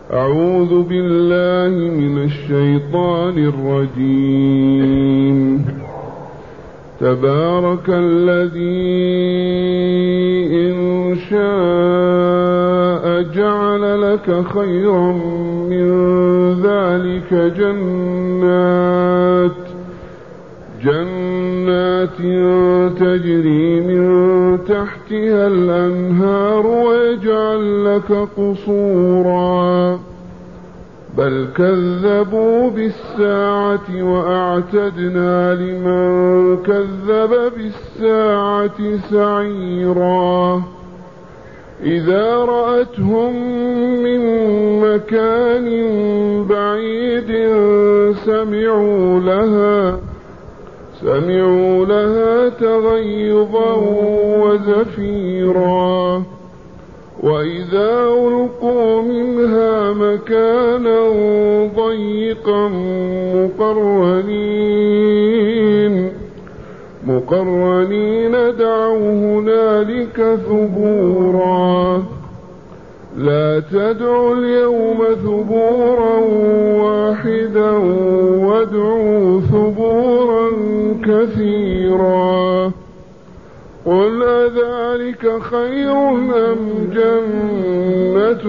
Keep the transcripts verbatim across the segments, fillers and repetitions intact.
أعوذ بالله من الشيطان الرجيم. تبارك الذي إن شاء جعل لك خيرا من ذلك جنات جنات تجري من تحتها الأنهار ويجعل لك قصورا بل كذبوا بالساعة وأعتدنا لمن كذب بالساعة سعيرا إذا رأتهم من مكان بعيد سمعوا لها سمعوا لها تغيظا وزفيرا وإذا ألقوا منها مكانا ضيقا مقرنين مقرنين دعوا هنالك ثبورا لا تدعوا اليوم ثبورا واحدا وادعوا ثبورا كثيرا قل أذلك خير أم جنة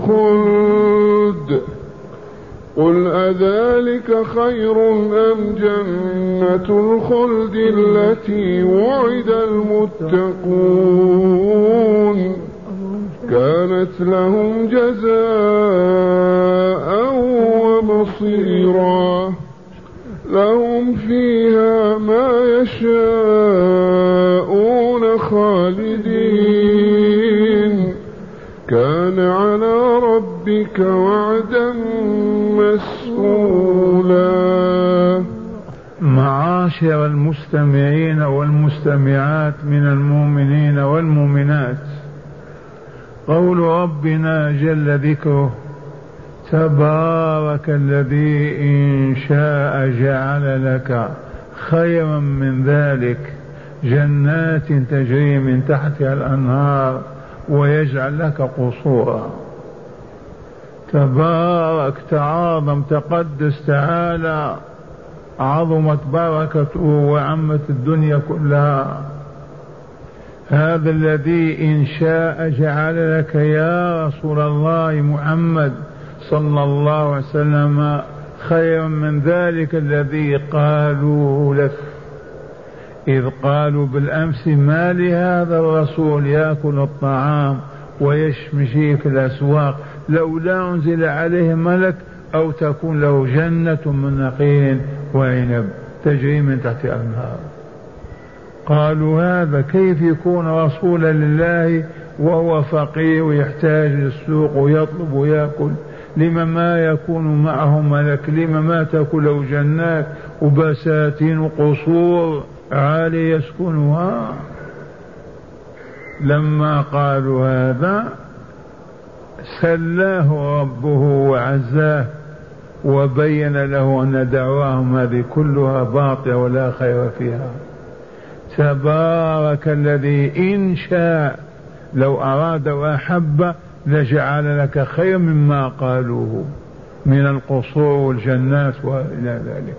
الخلد قل أذلك خير أم جنة الخلد التي وعد المتقون كانت لهم جزاء ومصيرا لهم فيها ما يشاءون خالدين كان على ربك وعدا مسئولا. معاشر المستمعين والمستمعات من المؤمنين والمؤمنات، قول ربنا جل ذكره تبارك الذي إن شاء جعل لك خيرا من ذلك جنات تجري من تحتها الأنهار ويجعل لك قصورا. تبارك، تعاظم، تقدس تعالى، عظمت بركته وعمت الدنيا كلها. هذا الذي إن شاء جعل لك يا رسول الله محمد صلى الله عليه وسلم خيرا من ذلك الذي قالوا لك، إذ قالوا بالأمس ما لهذا الرسول يأكل الطعام ويمشي في الأسواق لولا أنزل عليه ملك أو تكون له جنة من نخيل وعنب تجري من تحت الأنهار. قالوا هذا كيف يكون رسولا لله وهو فقير ويحتاج للسوق ويطلب ويأكل؟ لما ما يكون معه ملك؟ لما ما تأكل له جنات وبساتين وقصور عالية يسكنها؟ لما قالوا هذا سلاه ربه وعزاه وبين له أن دعواهم هذه كلها باطلة ولا خير فيها. تبارك الذي إن شاء لو أراد وأحب لجعل لك خير مما قالوه من القصور والجنات وإلى ذلك.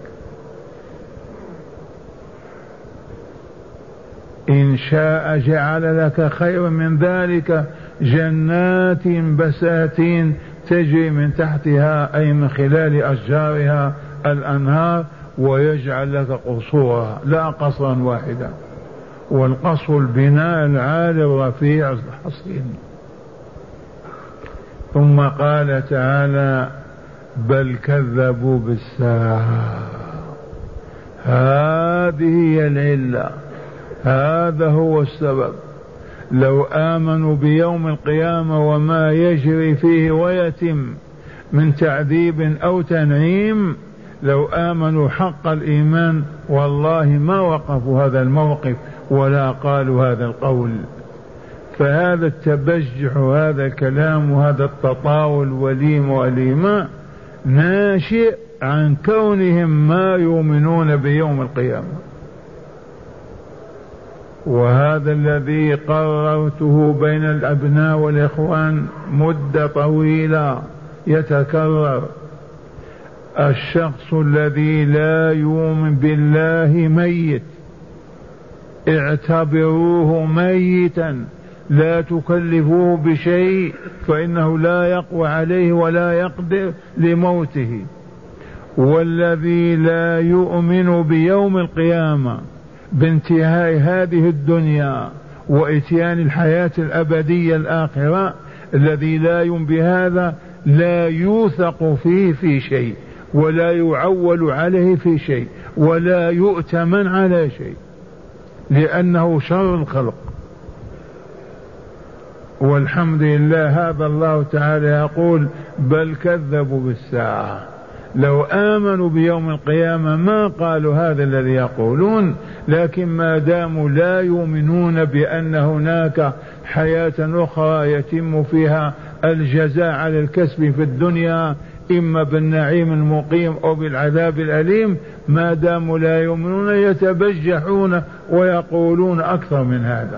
إن شاء جعل لك خير من ذلك جنات بساتين تجري من تحتها أي من خلال أشجارها الأنهار ويجعل لك قصورها لا قصرا واحدا، والقصر البناء العالي الرفيع الحصين. ثم قال تعالى بل كذبوا بالساعة. هذه هي العلة، هذا هو السبب. لو آمنوا بيوم القيامة وما يجري فيه ويتم من تعذيب أو تنعيم، لو آمنوا حق الإيمان والله ما وقفوا هذا الموقف ولا قالوا هذا القول. فهذا التبجح وهذا الكلام وهذا التطاول والليم والإيماء ناشئ عن كونهم ما يؤمنون بيوم القيامة. وهذا الذي قررته بين الأبناء والإخوان مدة طويلة يتكرر. الشخص الذي لا يؤمن بالله ميت، اعتبروه ميتا، لا تكلفوه بشيء فإنه لا يقوى عليه ولا يقدر لموته. والذي لا يؤمن بيوم القيامة، بانتهاء هذه الدنيا وإتيان الحياة الأبدية الآخرة، الذي لا يؤمن بهذا لا يوثق فيه في شيء، ولا يعول عليه في شيء، ولا يؤتمن على شيء، لأنه شر الخلق. والحمد لله هذا الله تعالى يقول بل كذبوا بالساعة. لو آمنوا بيوم القيامة ما قالوا هذا الذي يقولون، لكن ما داموا لا يؤمنون بأن هناك حياة أخرى يتم فيها الجزاء على الكسب في الدنيا إما بالنعيم المقيم أو بالعذاب الأليم، ما داموا لا يؤمنون يتبجحون ويقولون أكثر من هذا.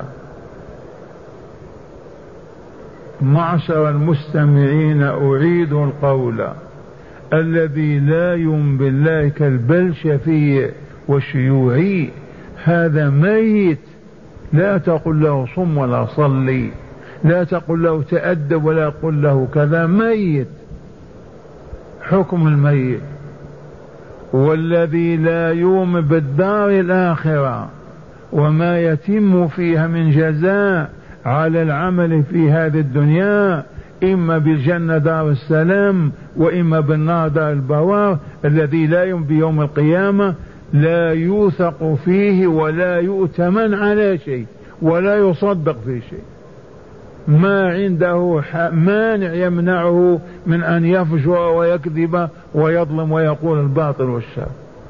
معشر المستمعين، أعيد القول: الذي لا يؤمن بالله كالبلشفي والشيوعي هذا ميت. لا تقل له صم ولا صلي، لا تقل له تأدب ولا قل له كذا، ميت، حكم الميت. والذي لا يؤمن بالدار الآخرة وما يتم فيها من جزاء على العمل في هذه الدنيا، إما بالجنة دار السلام وإما بالنار دار البوار، الذي لا يؤمن بيوم القيامة لا يوثق فيه ولا يؤتمن على شيء ولا يصدق في شيء. ما عنده مانع يمنعه من أن يفجر ويكذب ويظلم ويقول الباطل والشر.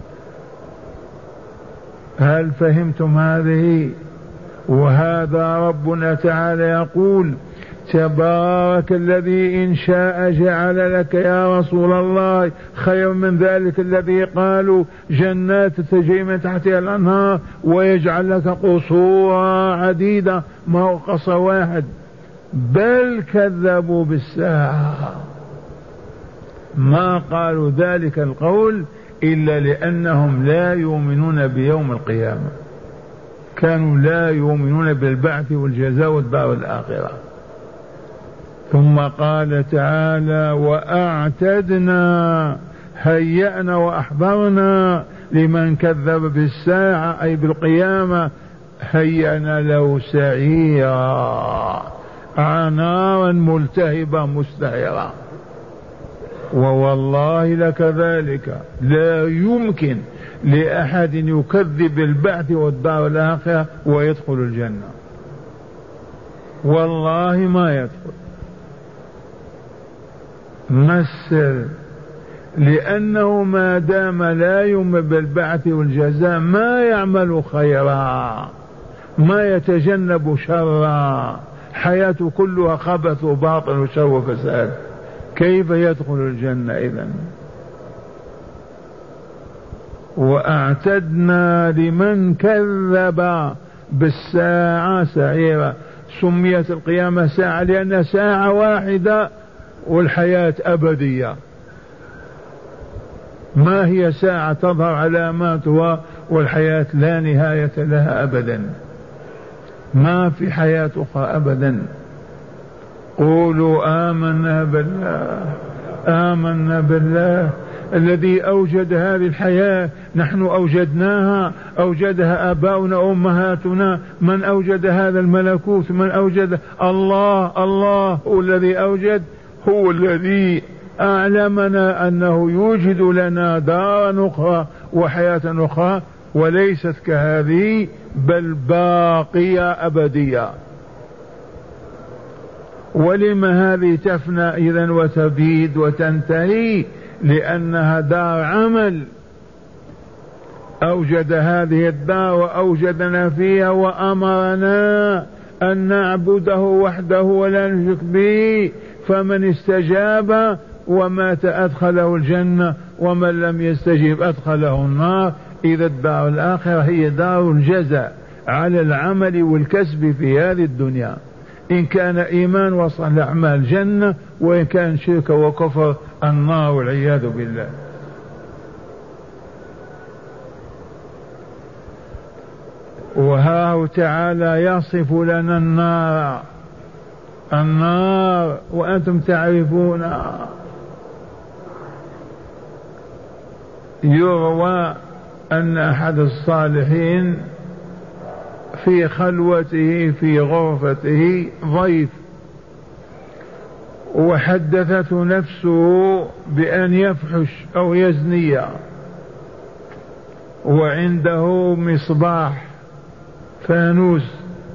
هل فهمتم هذه؟ وهذا ربنا تعالى يقول: تبارك الذي إن شاء جعل لك يا رسول الله خير من ذلك الذي قالوا جنات تجري من تحتها الأنهار ويجعل لك قصورا عديدة، ما هو قصر واحد. بل كذبوا بالساعة، ما قالوا ذلك القول إلا لأنهم لا يؤمنون بيوم القيامة، كانوا لا يؤمنون بالبعث والجزاء والدار الآخرة. ثم قال تعالى: وأعتدنا، هيأنا وأحضرنا لمن كذب بالساعة أي بالقيامة، هيأنا له سعيرا، نارا ملتهبة مستعرة. ووالله لكذلك، لا يمكن لأحد يكذب بالبعث والدار الآخرة ويدخل الجنة، والله ما يدخل. ما السر؟ لأنه ما دام لا يؤمن بالبعث والجزاء ما يعمل خيرا، ما يتجنب شرا، حياته كلها خبث وباطل وشر وفساد، كيف يدخل الجنة إذن؟ وأعتدنا لمن كذب بالساعة سعيرا. سميت القيامة ساعة لأنها ساعة واحدة والحياة أبدية، ما هي ساعة تظهر علاماتها والحياة لا نهاية لها أبدا، ما في حياة أخرى أبدا. قولوا آمنا بالله، آمنا بالله الذي أوجد هذه الحياة، نحن أوجدناها، أوجدها آباؤنا وأمهاتنا. من أوجد هذا الملكوت؟ من أوجد؟ الله. الله هو الذي أوجد، هو الذي أعلمنا أنه يوجد لنا دارا أخرى وحياة أخرى، وليست كهذه بل باقية أبدية. ولما هذه تفنى إذن وتبيد وتنتهي؟ لأنها دار عمل، أوجد هذه الدار وأوجدنا فيها وأمرنا أن نعبده وحده ولا نشرك به، فمن استجاب ومات أدخله الجنة، ومن لم يستجب أدخله النار. إذا الدار الآخرة هي دار الجزاء على العمل والكسب في هذه الدنيا، إن كان إيمان وصل الأعمال جنة، وإن كان شرك وكفر النار والعياذ بالله. وها تعالى يصف لنا النار النار وأنتم تعرفون. يروى أن أحد الصالحين في خلوته في غرفته ضيف، وحدثته نفسه بأن يفحش أو يزني، وعنده مصباح فانوس،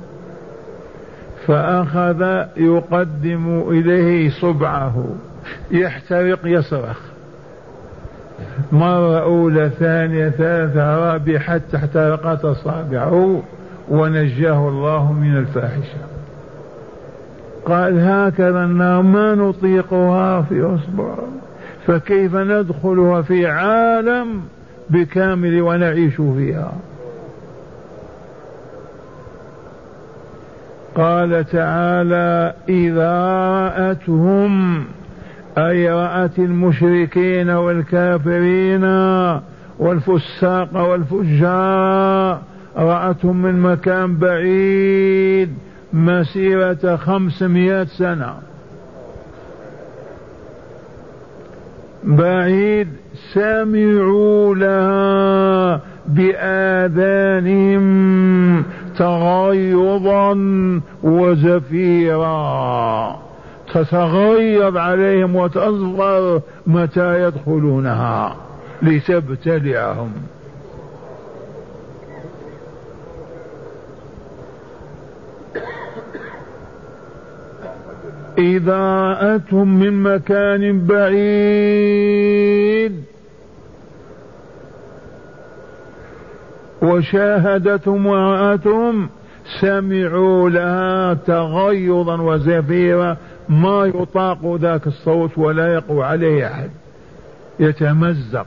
فأخذ يقدم إليه صبعه يحترق يصرخ، مرة أولى ثانية ثالثة رابعة حتى احترقت أصابعه ونجاه الله من الفاحشة. قال هكذا النار ما نطيقها في أصبع، فكيف ندخلها في عالم بكامل ونعيش فيها؟ قال تعالى إذا رأتهم، أي رأت المشركين والكافرين والفساق والفجار، رأتهم من مكان بعيد مسيرة خمسمائة سنة، بعيد، سمعوا لها بآذانهم تغيظا وزفيرا، تتغيظ عليهم وتظفر متى يدخلونها لتبتلعهم. إذا رأتهم من مكان بعيد وشاهدتهم ورأتهم، سمعوا لها تغيظا وزفيرا، ما يطاق ذاك الصوت ولا يقوى عليه أحد، يتمزق.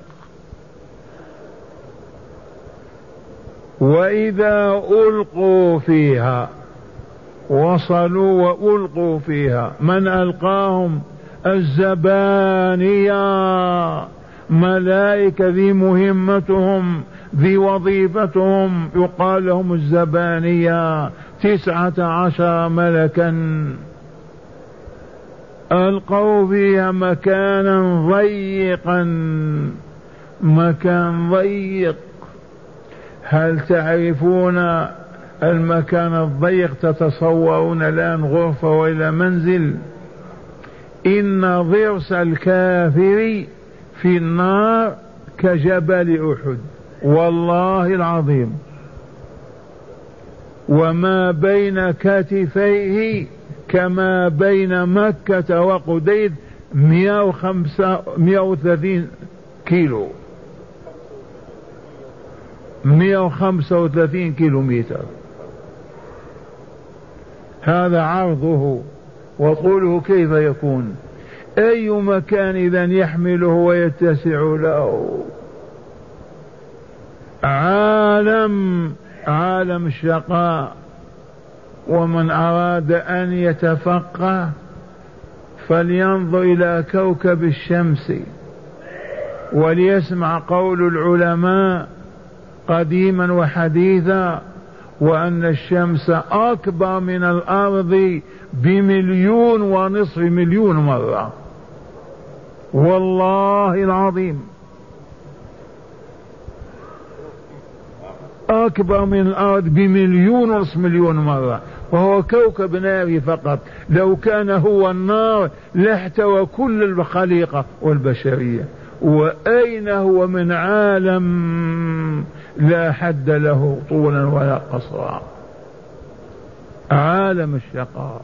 وإذا ألقوا فيها، وصلوا وألقوا فيها، من ألقاهم؟ الزبانية، ملائكة ذي مهمتهم ذي وظيفتهم، يقال لهم الزبانية، تسعة عشر ملكا ألقوا فيها مكانا ضيقا، مكان ضيق. هل تعرفون المكان الضيق؟ تتصورون الآن غرفة وإلى منزل؟ إن ضرس الكافر في النار كجبل أحد، والله العظيم، وما بين كتفيه كما بين مكة وقديد مئة وخمسة مئة وثلاثين كيلو، مئة وخمسة وثلاثين كيلو متر، هذا عرضه، وطوله كيف يكون؟ أي مكان إذن يحمله ويتسع له؟ عالم عالم الشقاء. ومن أراد أن يتفقه فلينظر إلى كوكب الشمس وليسمع قول العلماء قديما وحديثا، وأن الشمس أكبر من الأرض بمليون ونصف مليون مرة، والله العظيم أكبر من الأرض بمليون ونصف مليون مرة، وهو كوكب ناري فقط. لو كان هو النار لاحتوى كل الخليقة والبشرية. وأين هو من عالم لا حد له طولا ولا قصرا، عالم الشقاء.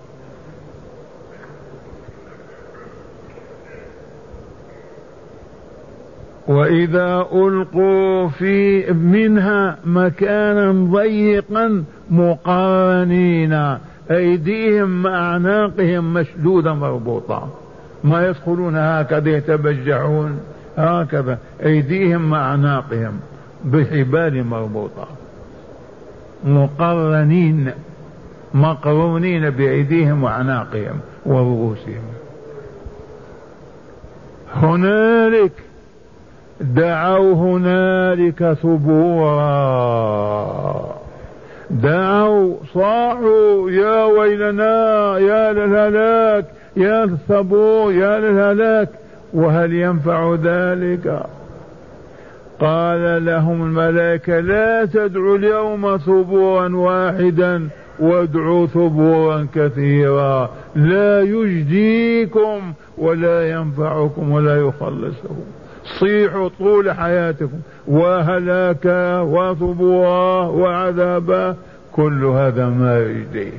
وإذا ألقوا في منها مكانا ضيقا مقارنين، أيديهم مع أعناقهم مشدودة مربوطة، ما يدخلون هكذا يتبجعون، هكذا أيديهم مع أعناقهم بحبال مربوطة، مقرنين مقرونين بأيديهم وأعناقهم ورؤوسهم. هنالك دعوا هنالك ثبورا، دعوا صاحوا يا ويلنا يا للهلاك يا الثبور يا للهلاك. وهل ينفع ذلك؟ قال لهم الملائكة لا تدعوا اليوم ثبورا واحدا وادعوا ثبورا كثيرا لا يجديكم ولا ينفعكم ولا يخلصكم. صيحوا طول حياتكم وهلاكا وثبورا وعذابا، كل هذا ما يجديه.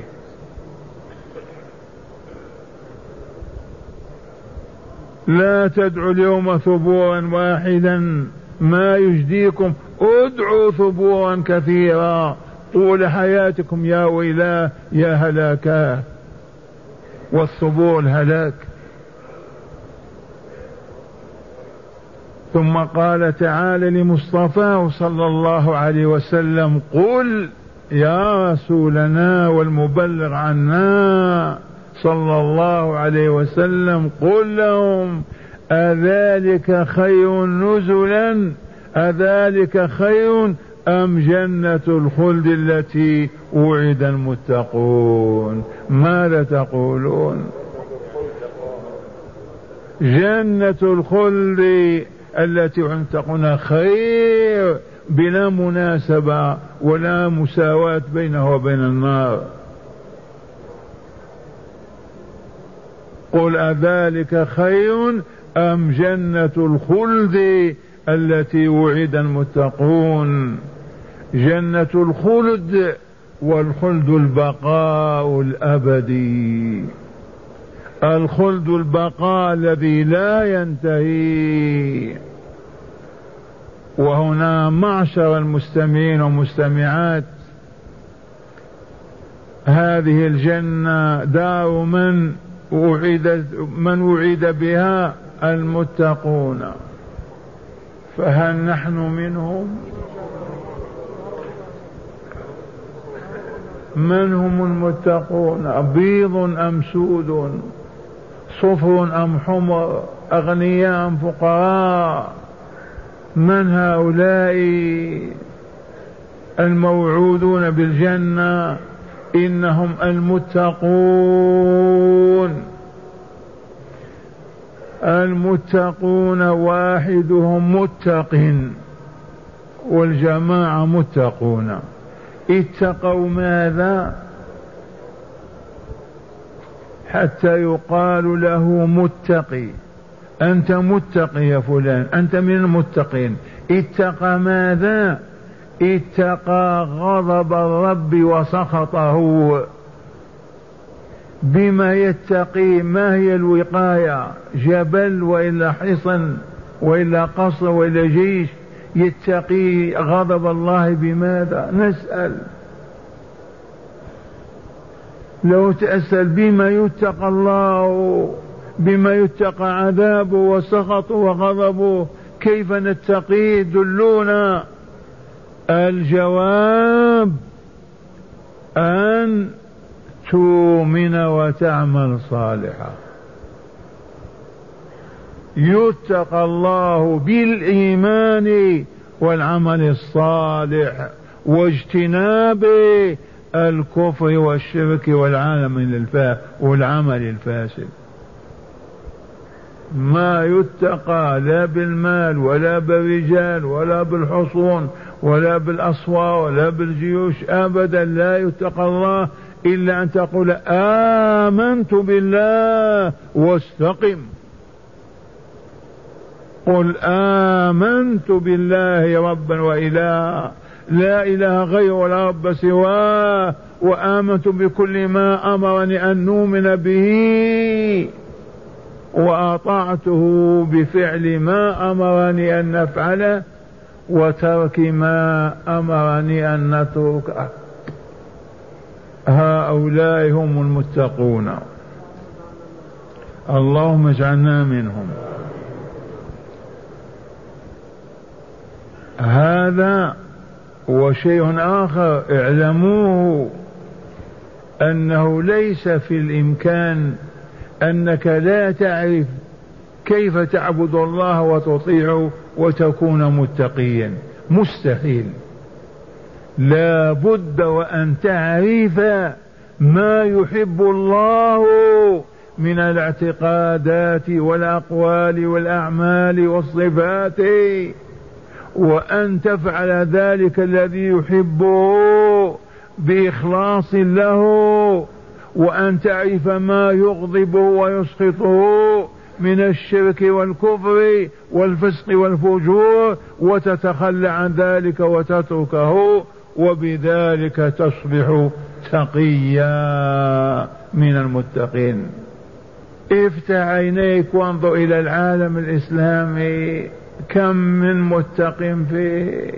لا تدعوا اليوم ثبورا واحدا ما يجديكم، ادعوا ثبورا كثيرا طول حياتكم يا ويلاه يا هلاكاه. والثبور الهلاك. ثم قال تعالى لمصطفاه صلى الله عليه وسلم قل يا رسولنا والمبلغ عنا صلى الله عليه وسلم قل لهم أذلك خير نزلا أذلك خير أم جنة الخلد التي وعد المتقون؟ ماذا تقولون؟ جنة الخلد التي وعد المتقون خير بلا مناسبة ولا مساواة بينه وبين النار. قل أذلك خير أم جنة الخلد التي وعد المتقون؟ جنة الخلد، والخلد البقاء الأبدي، الخلد البقاء الذي لا ينتهي. وهنا معشر المستمعين والمستمعات، هذه الجنة دار من وعد من وعد بها المتقون، فهل نحن منهم؟ من هم المتقون؟ بيض أم سود؟ صفر أم حمر؟ أغنياء أم فقراء؟ من هؤلاء الموعودون بالجنة؟ إنهم المتقون. المتقون واحدهم متق والجماعة متقون. اتقوا ماذا حتى يقال له متقي؟ أنت متقي يا فلان، أنت من المتقين. اتقى ماذا؟ اتقى غضب الرب وسخطه. بما يتقي؟ ما هي الوقاية؟ جبل وإلا حصن وإلا قصر وإلا جيش؟ يتقي غضب الله بماذا؟ نسأل. لو تأسأل بما يتقى الله، بما يتقى عذابه وسخطه وغضبه، كيف نتقيه؟ دلونا. الجواب أن تؤمن وتعمل صالحا. يتقى الله بالإيمان والعمل الصالح واجتناب الكفر والشرك والعمل الفاسد. ما يتقى لا بالمال ولا بالرجال ولا بالحصون ولا بالأصوات ولا بالجيوش أبدا. لا يتقى الله إلا أن تقول آمنت بالله واستقم. قل آمنت بالله ربا وإلها لا إله غيره ولا رب سواه، وآمنت بكل ما أمرني أن نؤمن به وأطعته بفعل ما أمرني أن نفعله وترك ما أمرني أن نتركه. هؤلاء هم المتقون. اللهم اجعلنا منهم. هذا وشيء آخر اعلموه أنه ليس في الإمكان أنك لا تعرف كيف تعبد الله وتطيعه وتكون متقيا، مستحيل. لا بد وأن تعرف ما يحب الله من الاعتقادات والأقوال والأعمال والصفات، وأن تفعل ذلك الذي يحبه بإخلاص له، وأن تعرف ما يغضبه ويسخطه من الشرك والكفر والفسق والفجور وتتخلى عن ذلك وتتركه، وبذلك تصبح تقيا من المتقين. افتح عينيك وانظر إلى العالم الإسلامي، كم من متق فيه؟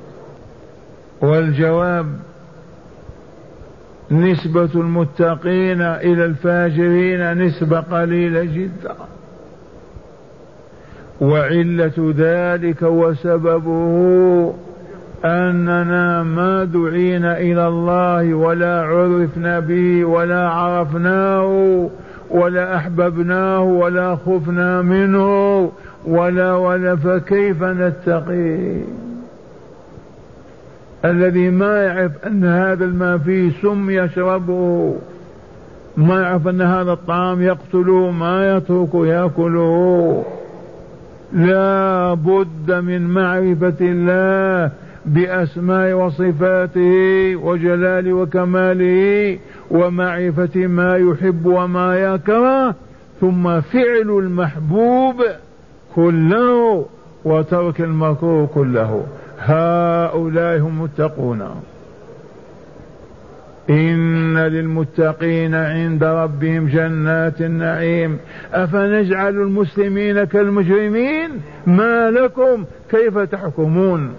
والجواب نسبة المتقين إلى الفاجرين نسبة قليلة جدا. وعلة ذلك وسببه أننا ما دعينا إلى الله ولا عرفنا به ولا عرفناه ولا أحببناه ولا خفنا منه ولا ولا فكيف نتقي؟ الذي ما يعرف أن هذا الماء فيه سم يشربه، ما يعرف أن هذا الطعام يقتله ما يترك يأكله. لا بد من معرفة الله بأسماء وصفاته وجلال وكماله، ومعرفة ما يحب وما يكره، ثم فعل المحبوب كله وترك المكروه كله. هؤلاء هم المتقون. إن للمتقين عند ربهم جنات النعيم. أفنجعل المسلمين كالمجرمين؟ ما لكم كيف تحكمون؟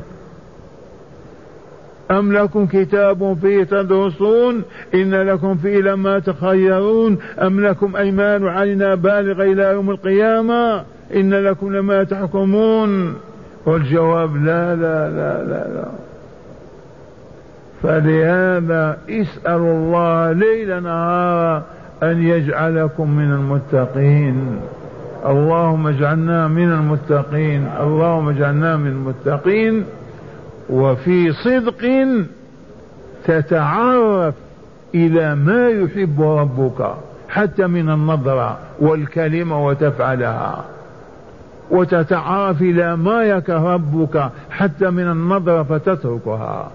أم لكم كتاب فيه تدرسون إن لكم فيه لما تخيرون أم لكم أيمان علينا بالغ إلى يوم القيامة إن لكم لما تحكمون؟ والجواب لا لا لا لا لا. فلهذا اسألوا الله ليل نهارا أن يجعلكم من المتقين. اللهم اجعلنا من المتقين، اللهم اجعلنا من المتقين. وفي صدق تتعرف إلى ما يحب ربك حتى من النظرة والكلمة وتفعلها، وتتعرف إلى ما يكره ربك حتى من النظرة فتتركها.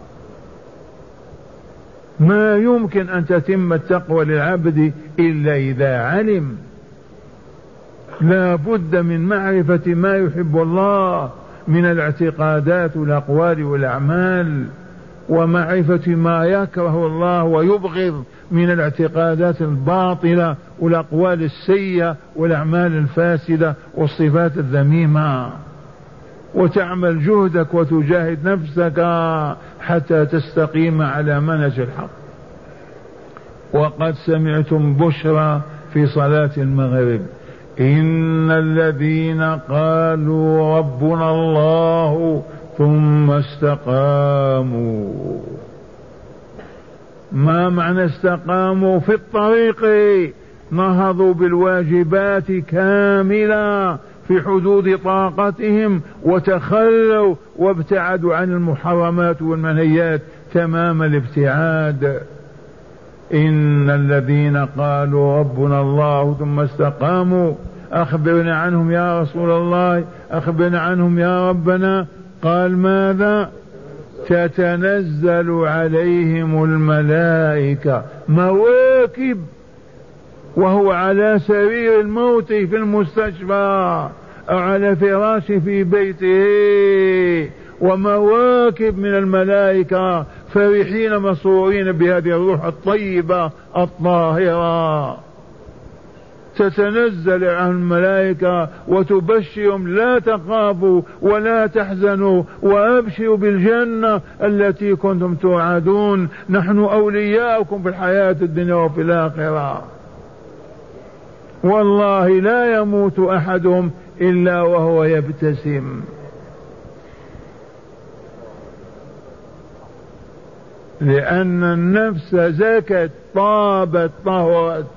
ما يمكن أن تتم التقوى للعبد إلا إذا علم. لا بد من معرفة ما يحب الله من الاعتقادات والأقوال والأعمال، ومعرفة ما يكره الله ويبغض من الاعتقادات الباطلة والأقوال السيئة والأعمال الفاسدة والصفات الذميمة، وتعمل جهدك وتجاهد نفسك حتى تستقيم على منهج الحق. وقد سمعتم بشرى في صلاة المغرب: إن الذين قالوا ربنا الله ثم استقاموا. ما معنى استقاموا؟ في الطريق نهضوا بالواجبات كاملة في حدود طاقتهم، وتخلوا وابتعدوا عن المحرمات والمنهيات تمام الابتعاد. إن الذين قالوا ربنا الله ثم استقاموا. أخبرنا عنهم يا رسول الله، أخبرنا عنهم يا ربنا. قال ماذا؟ تتنزل عليهم الملائكة، مواكب، وهو على سرير الموت في المستشفى أو على فراشه في بيته، ومواكب من الملائكة فرحين مسرورين بهذه الروح الطيبة الطاهرة. تتنزل عن الملائكة وتبشرهم: لا تخافوا ولا تحزنوا وأبشروا بالجنة التي كنتم توعدون، نحن أولياؤكم في الحياة الدنيا وفي الآخرة. والله لا يموت أحدهم إلا وهو يبتسم. لأن النفس زكت طابت طهرت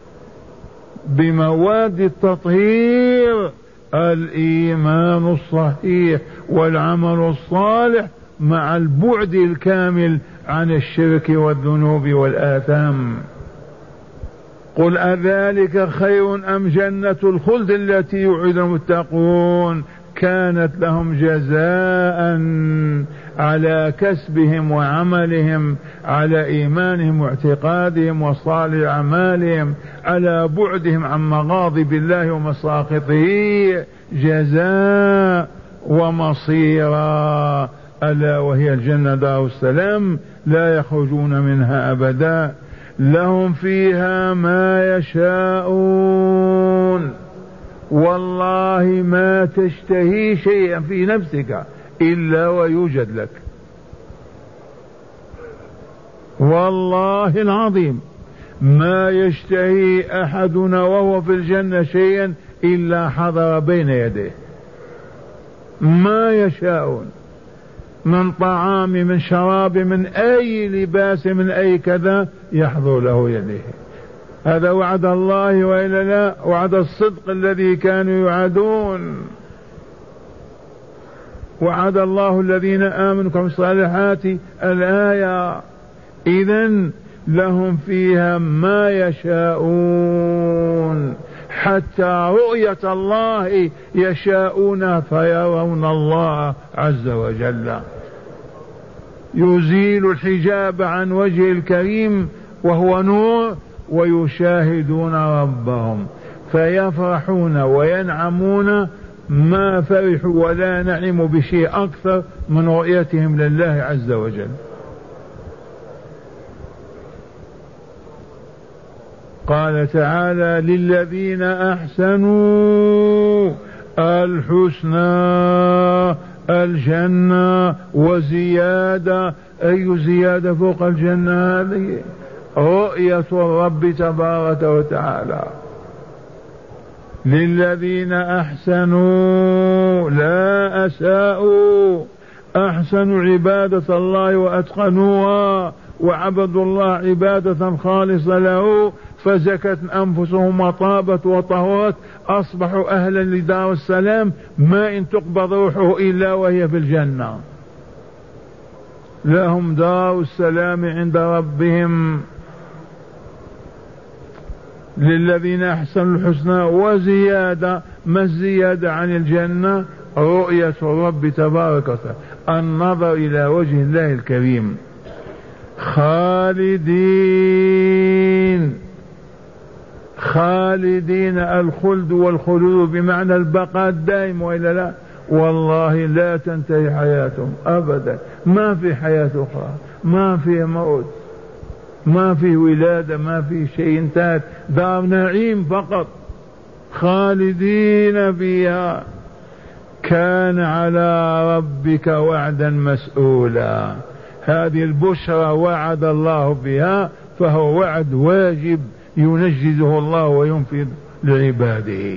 بمواد التطهير الإيمان الصحيح والعمل الصالح مع البعد الكامل عن الشرك والذنوب والآثام. قل أذلك خير أم جنة الخلد التي يوعد المتقون كانت لهم جزاء على كسبهم وعملهم، على إيمانهم واعتقادهم وصالح أعمالهم، على بعدهم عن مغاضب الله ومساخطه، جزاء ومصيرا، ألا وهي الجنة دار السلام لا يخرجون منها أبدا. لهم فيها ما يشاءون، والله ما تشتهي شيئا في نفسك إلا ويوجد لك، والله العظيم ما يشتهي أحدنا وهو في الجنة شيئا إلا حضر بين يديه ما يشاءون من طعام من شراب من أي لباس من أي كذا يحضر له يديه. هذا وعد الله وإلا لا؟ وعد الصدق الذي كانوا يعدون. وعد الله الذين آمنوا وعملوا الصالحات الآية. إذن لهم فيها ما يشاءون حتى رؤية الله يشاءون فيرون الله عز وجل، يزيل الحجاب عن وجه الكريم وهو نور ويشاهدون ربهم فيفرحون وينعمون ما فرحوا ولا نعم بشيء أكثر من رؤيتهم لله عز وجل. قال تعالى للذين أحسنوا الحسنى الجنة وزيادة. أي زيادة فوق الجنة هذه؟ رؤية الرب تبارك وتعالى. للذين أحسنوا لا أساءوا، أحسنوا عبادة الله وأتقنوها وعبدوا الله عبادة خالصة له فزكت أنفسهم وطابت وطهرت، أصبحوا أهلا لدار السلام، ما إن تقبض روحه إلا وهي في الجنة. لهم دار السلام عند ربهم. للذين أحسنوا الحسنى وزيادة. ما الزيادة عن الجنة؟ رؤية الرب تبارك وتعالى، النظر إلى وجه الله الكريم. خالدين، خالدين الخلد والخلود بمعنى البقاء الدائم وإلا لا؟ والله لا تنتهي حياتهم أبدا، ما في حياة أخرى، ما في موت، ما في ولادة، ما في شيء، انتهت، دار نعيم فقط، خالدين فيها. كان على ربك وعدا مسؤولا. هذه البشرى وعد الله بها، فهو وعد واجب ينجزه الله وينفذ لعباده.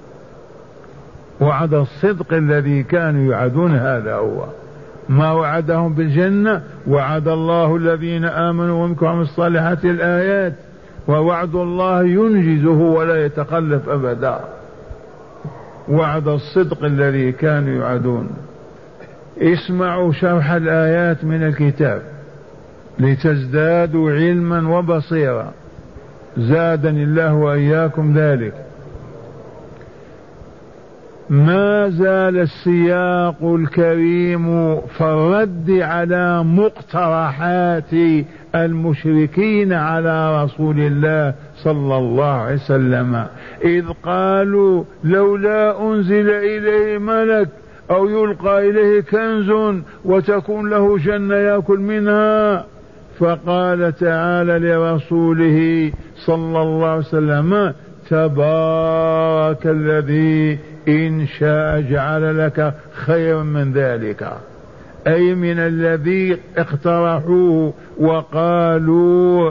وعد الصدق الذي كانوا يعدون هذا هو ما وعدهم بالجنة. وعد الله الذين آمنوا وعملوا الصالحات الآيات، ووعد الله ينجزه ولا يتخلف أبدا. وعد الصدق الذي كانوا يعدون. اسمعوا شرح الآيات من الكتاب لتزدادوا علما وبصيرا، زادني الله وإياكم ذلك. ما زال السياق الكريم في الرد على مقترحات المشركين على رسول الله صلى الله عليه وسلم، إذ قالوا لولا أنزل إليه ملك أو يلقى إليه كنز وتكون له جنة يأكل منها. فقال تعالى لرسوله صلى الله عليه وسلم تبارك الذي إن شاء جعل لك خيرا من ذلك، أي من الذي اقترحوه وقالوا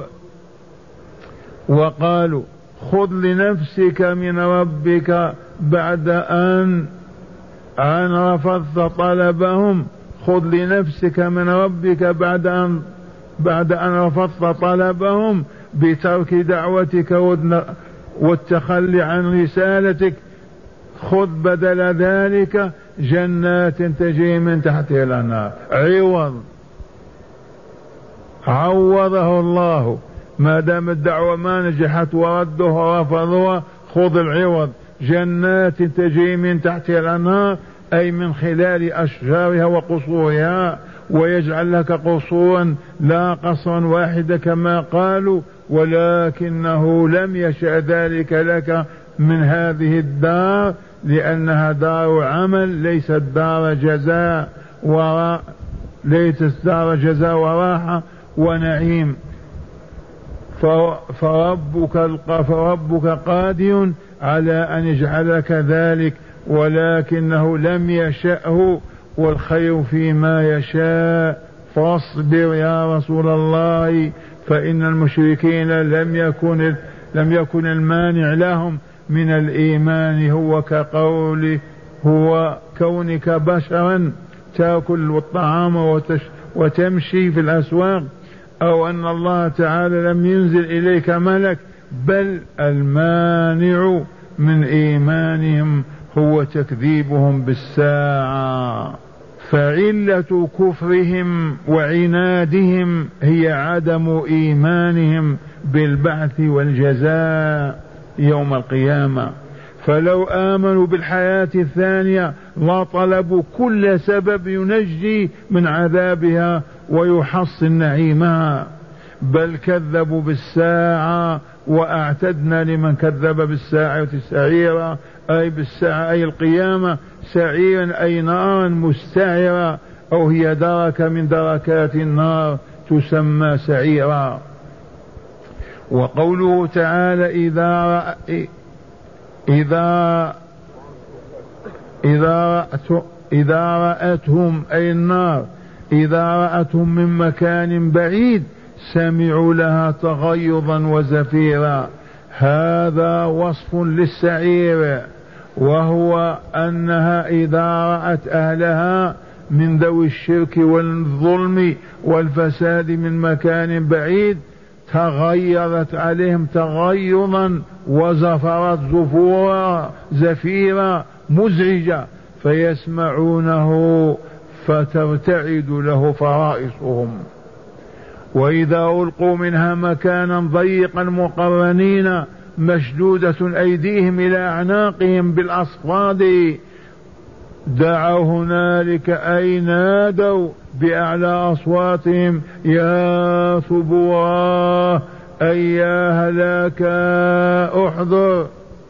وقالوا خذ لنفسك من ربك بعد أن أن رفضت طلبهم، خذ لنفسك من ربك بعد أن بعد أن رفضت طلبهم بترك دعوتك والتخلي عن رسالتك، خذ بدل ذلك جنات تجري من تحتها الأنهار. عوض عوضه الله، ما دام الدعوة ما نجحت وردوها ورفضوها، خذ العوض، جنات تجري من تحتها الأنهار، أي من خلال أشجارها وقصورها، ويجعل لك قصورا لا قصرا واحدا كما قالوا، ولكنه لم يشأ ذلك لك من هذه الدار، لأنها دار عمل ليست دار جزاء وراء، ليست دار جزاء وراحة ونعيم. فربك, فربك قادر على أن يجعلك ذلك، ولكنه لم يشأه، والخير فيما يشاء. فاصبر يا رسول الله، فإن المشركين لم يكن لم يكن المانع لهم من الإيمان هو كقوله هو كونك بشرا تأكل الطعام وتمشي في الأسواق، أو أن الله تعالى لم ينزل إليك ملك، بل المانع من إيمانهم هو تكذيبهم بالساعة. فعلة كفرهم وعنادهم هي عدم إيمانهم بالبعث والجزاء يوم القيامة. فلو آمنوا بالحياة الثانية لا طلبوا كل سبب ينجي من عذابها ويحصن نعيمها، بل كذبوا بالساعة، وأعتدنا لمن كذب بالساعة سعيرا، أي بالساعة أي القيامة، سعيرا أي نارا مستعرة، أو هي دركة من دركات النار تسمى سعيرا. وقوله تعالى إذا رأ... إذا إذا رأت... إذا رأتهم أي النار، إذا رأتهم من مكان بعيد سمعوا لها تغيظا وزفيرا. هذا وصف للسعير، وهو أنها إذا رأت أهلها من ذوي الشرك والظلم والفساد من مكان بعيد تغيرت عليهم تغيظا وزفرت زفورا زفيرا مزعجة، فيسمعونه فترتعد له فرائصهم. وإذا ألقوا منها مكانا ضيقا مقرنين مشدودة أيديهم إلى أعناقهم بالأصفاد دعوا هنالك أي نادوا بأعلى أصواتهم يا ثبورا أي يا هلاكا احضر.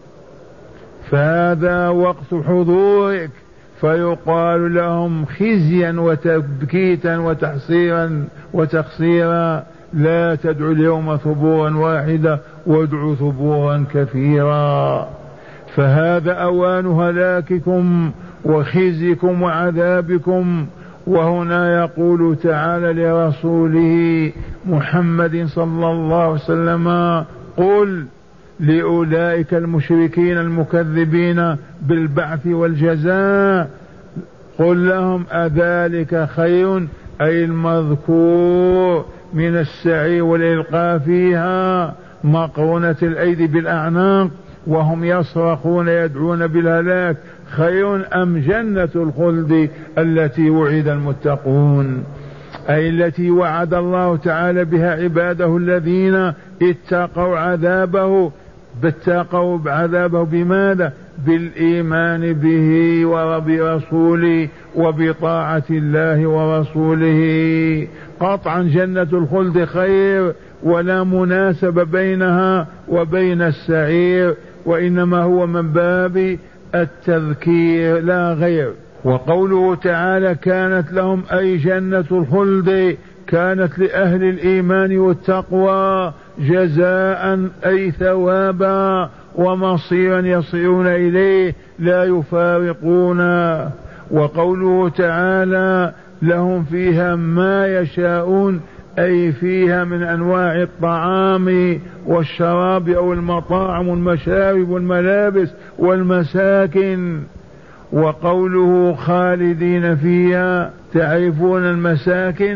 فهذا وقت حضورك، فيقال لهم خزيا وتبكيتا وتحصيرا وتقصيرا لا تدعوا اليوم ثبورا واحدا وادعوا ثبورا كثيرا. فهذا أوان هلاككم وخزيكم وعذابكم. وهنا يقول تعالى لرسوله محمد صلى الله عليه وسلم قل لأولئك المشركين المكذبين بالبعث والجزاء، قل لهم أذلك خير أي المذكور من السعي والإلقاء فيها مقرونة الأيدي بالأعناق وهم يصرخون يدعون بالهلاك خير أم جنة الخلد التي وعد المتقون، أي التي وعد الله تعالى بها عباده الذين اتقوا عذابه باتقوا عذابه بماذا؟ بالإيمان به وبرسوله وبطاعة الله ورسوله. قطعا جنة الخلد خير ولا مناسبة بينها وبين السعير، وإنما هو من باب التذكير لا غير. وقوله تعالى كانت لهم أي جنة الخلد كانت لأهل الإيمان والتقوى جزاء أي ثوابا ومصيرا يصيرون إليه لا يفارقون. وقوله تعالى لهم فيها ما يشاءون أي فيها من أنواع الطعام والشراب أو المطاعم والمشارب والملابس والمساكن. وقوله خالدين فيها تعرفون المساكن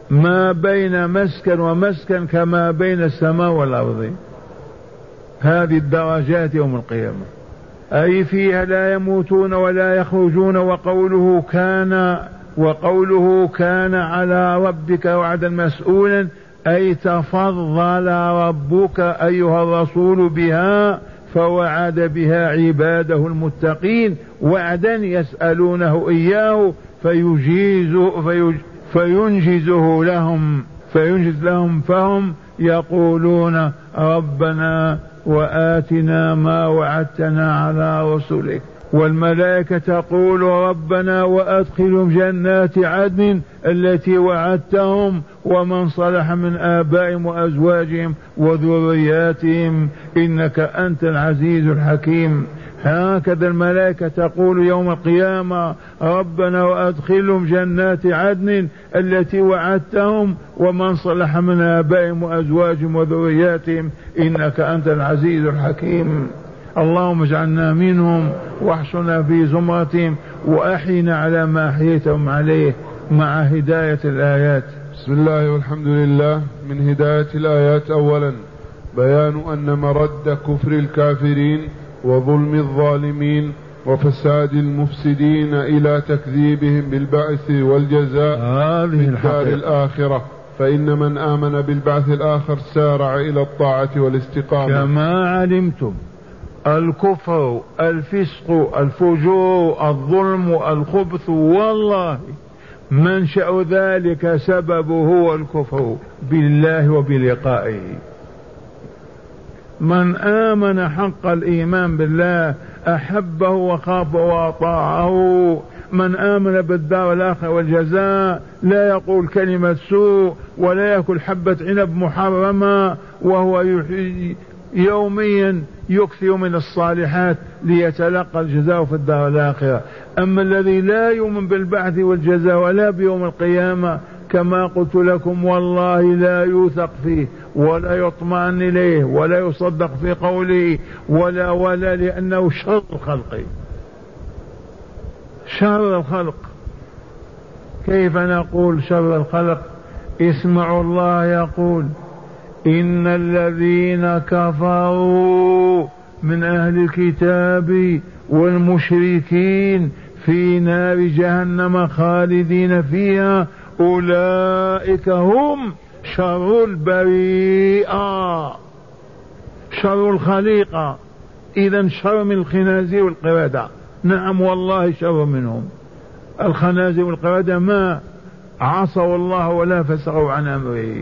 ما بين مسكن ومسكن كما بين السماء والأرض. هذه الدرجات يوم القيامة، أي فيها لا يموتون ولا يخرجون. وقوله كان وقوله كان على ربك وعدا مسؤولا، أي تفضل ربك أيها الرسول بها فوعد بها عباده المتقين وعدا يسألونه إياه فيجيز فيج فينجزه لهم فينجز لهم فهم يقولون ربنا وآتنا ما وعدتنا على رسلك. والملائكة تقول ربنا وأدخلهم جنات عدن التي وعدتهم ومن صلح من آبائهم وأزواجهم وذرياتهم إنك أنت العزيز الحكيم. هكذا الملائكة تقول يوم القيامة ربنا وأدخلهم جنات عدن التي وعدتهم ومن صلح من آبائهم وأزواجهم وذرياتهم إنك أنت العزيز الحكيم. اللهم اجعلنا منهم واحشنا في زمرتهم وأحينا على ما أحييتهم عليه مع هداية الآيات. بسم الله والحمد لله. من هداية الآيات أولا بيان أن مرد كفر الكافرين وظلم الظالمين وفساد المفسدين إلى تكذيبهم بالبعث والجزاء في الدار الآخرة، فإن من آمن بالبعث الآخر سارع إلى الطاعة والاستقامة. كما علمتم الكفر الفسق الفجور الظلم الخبث والله منشأ ذلك سببه هو الكفر بالله وبلقائه. من آمن حق الإيمان بالله أحبه وخافه وأطاعه. من آمن بالدار الآخرة والجزاء لا يقول كلمة سوء ولا يأكل حبة عنب محرمة، وهو يوميا يكثر من الصالحات ليتلقى الجزاء في الدار الآخرة. أما الذي لا يؤمن بالبعث والجزاء ولا بيوم القيامة كما قلت لكم والله لا يوثق فيه ولا يطمئن إليه ولا يصدق في قوله ولا ولا لأنه شر الخلق. شر الخلق. كيف نقول شر الخلق؟ اسمعوا الله يقول إن الذين كفروا من أهل الكتاب والمشركين في نار جهنم خالدين فيها أولئك هم شر البريئة شر الخليقة. إذن شر من الخنازير والقردة. نعم والله شر منهم. الخنازير والقردة ما عصوا الله ولا فسقوا عن أمره.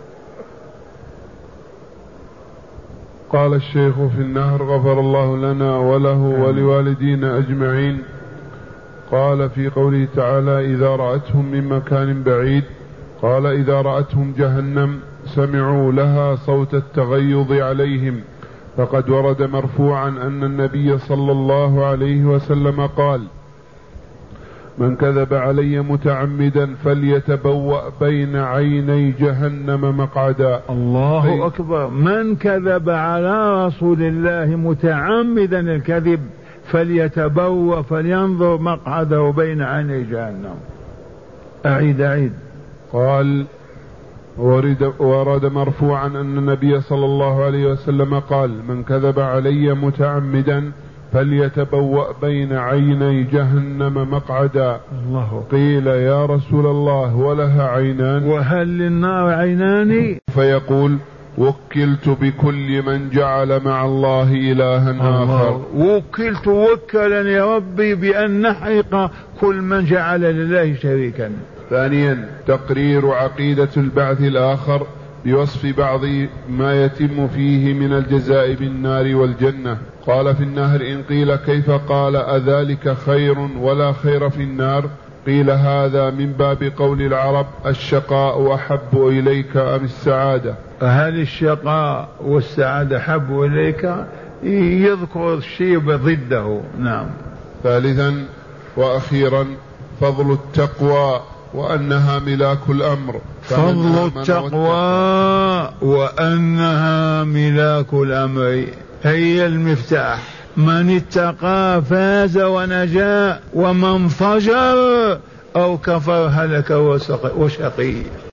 قال الشيخ في النهر غفر الله لنا وله ولوالدينا أجمعين. قال في قوله تعالى إذا رأتهم من مكان بعيد، قال إذا رأتهم جهنم سمعوا لها صوت التغيظ عليهم. فقد ورد مرفوعا أن النبي صلى الله عليه وسلم قال من كذب علي متعمدا فليتبوأ بين عيني جهنم مقعدا. الله أكبر. من كذب على رسول الله متعمدا الكذب فليتبوأ فلينظر مقعده بين عيني جهنم. أعيد أعيد. قال ورد, ورد مرفوعا أن النبي صلى الله عليه وسلم قال من كذب علي متعمدا فليتبوأ بين عيني جهنم مقعدا. الله. قيل يا رسول الله ولها عينان؟ وهل للنار عينان؟ فيقول وكلت بكل من جعل مع الله إلها آخر. وكلت وكلا يا ربي بأن نحرق كل من جعل لله شريكا. ثانيا تقرير عقيدة البعث الآخر بوصف بعض ما يتم فيه من الجزاء بالنار والجنة. قال في النهر إن قيل كيف؟ قال أذلك خير ولا خير في النار؟ قيل هذا من باب قول العرب الشقاء أحب إليك أم السعادة؟ هل الشقاء والسعادة أحب إليك؟ يذكر الشيء ضده. نعم. ثالثا وأخيرا فضل التقوى وأنها ملاك الأمر. فضل التقوى وأنها ملاك الأمر هي المفتاح. من اتقى فاز ونجا ومن فجر أو كفر هلك وشقي.